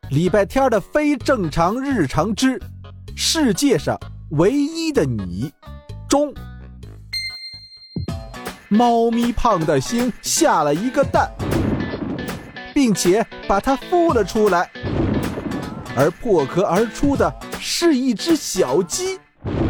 礼拜天的非正常日常之世界上唯一的你中。猫咪胖大星下了一个蛋，并且把它孵了出来，而破壳而出的是一只小鸡。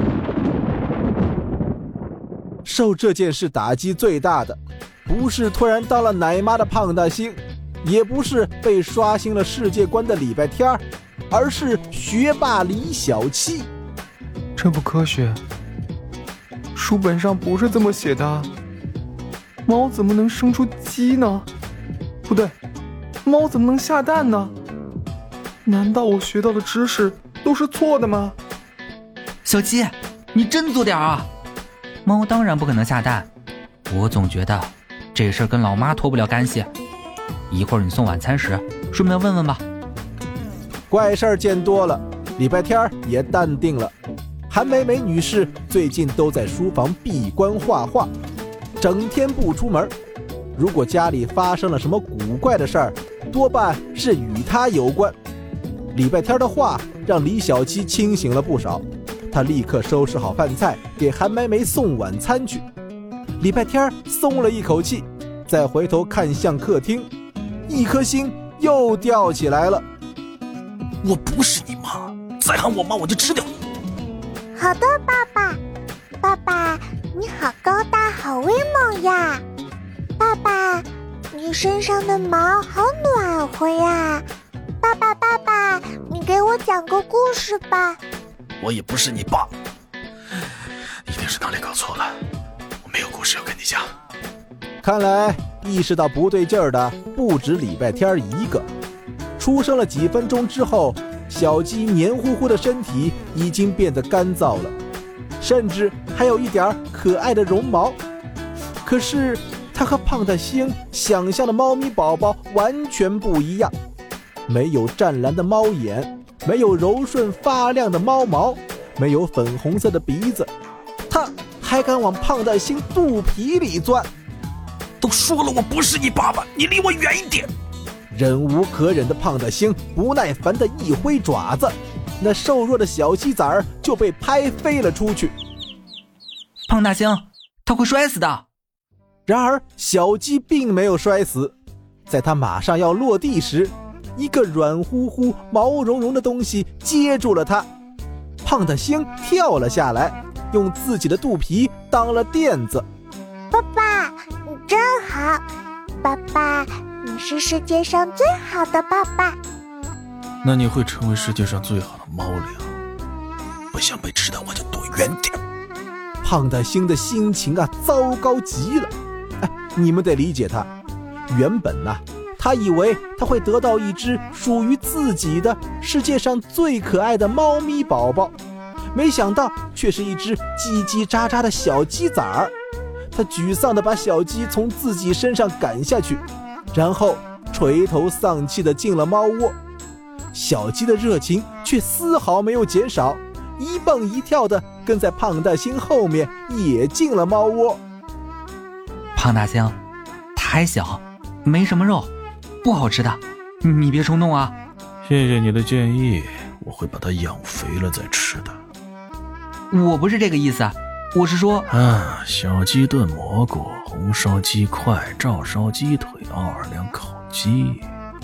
受这件事打击最大的，不是突然当了奶妈的胖大星，也不是被刷新了世界观的礼拜天，而是学霸李小七。 这不科学，书本上不是这么写的。猫怎么能生出鸡呢？不对，猫怎么能下蛋呢？难道我学到的知识都是错的吗？ 小七，你真做点啊！猫当然不可能下蛋，我总觉得这事儿跟老妈脱不了干系。一会儿你送晚餐时，顺便问问吧。 怪事儿见多了，礼拜天也淡定了。韩美美女士最近都在书房闭关画画，整天不出门。如果家里发生了什么古怪的事儿，多半是与她有关。礼拜天的话让李小七清醒了不少，他立刻收拾好饭菜给韩美美送晚餐去。礼拜天松了一口气，再回头看向客厅，一颗心又吊起来了。 我不是你妈，再喊我妈我就吃掉你。 好的，爸爸。爸爸，你好高大，好威猛呀！爸爸，你身上的毛好暖和呀！爸爸，你给我讲个故事吧。 我也不是你爸，一定是哪里搞错了，我没有故事要跟你讲。 看来意识到不对劲儿的不止礼拜天一个。出生了几分钟之后，小鸡黏糊糊的身体已经变得干燥了，甚至还有一点可爱的绒毛。可是它和胖大星想象的猫咪宝宝完全不一样，没有湛蓝的猫眼，没有柔顺发亮的猫毛，没有粉红色的鼻子，它还敢往胖大星肚皮里钻。 都说了我不是你爸爸，你离我远一点。 忍无可忍的胖大星不耐烦地一挥爪子，那瘦弱的小鸡崽儿就被拍飞了出去。 胖大星，他会摔死的。 然而小鸡并没有摔死，在它马上要落地时，一个软乎乎毛茸茸的东西接住了它。胖大星跳了下来，用自己的肚皮当了垫子。 爸爸，你真好。爸爸，你是世界上最好的爸爸。 那你会成为世界上最好的猫粮。不想被吃的话就躲远点。 胖大星的心情糟糕极了。你们得理解他，原本他以为他会得到一只属于自己的世界上最可爱的猫咪宝宝，没想到却是一只叽叽喳喳的小鸡崽儿。他沮丧地把小鸡从自己身上赶下去，然后垂头丧气地进了猫窝。小鸡的热情却丝毫没有减少，一蹦一跳地跟在胖大星后面也进了猫窝。 胖大星，它还小，没什么肉，不好吃的，你别冲动啊。 谢谢你的建议，我会把它养肥了再吃的。 我不是这个意思，我是说小鸡炖蘑菇，红烧鸡块，照烧鸡腿，奥尔良烤鸡。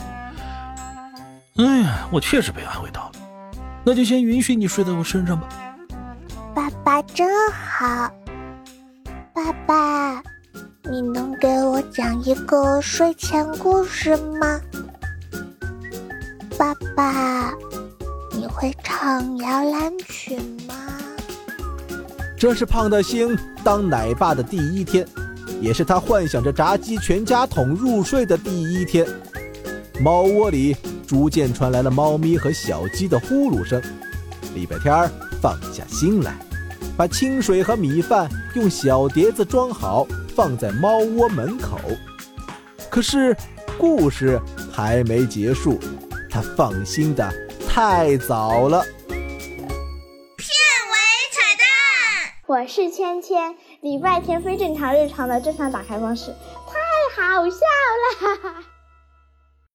哎呀，我确实被安慰到了，那就先允许你睡在我身上吧。 爸爸真好。爸爸，你能给我讲一个睡前故事吗？爸爸，你会唱摇篮曲吗？ 这是胖大星当奶爸的第一天，也是他幻想着炸鸡全家桶入睡的第一天。猫窝里逐渐传来了猫咪和小鸡的呼噜声。礼拜天放下心来，把清水和米饭用小碟子装好，放在猫窝门口。可是故事还没结束，他放心的太早了。 我是芊芊，礼拜天非正常日常的正常打开方式，太好笑了！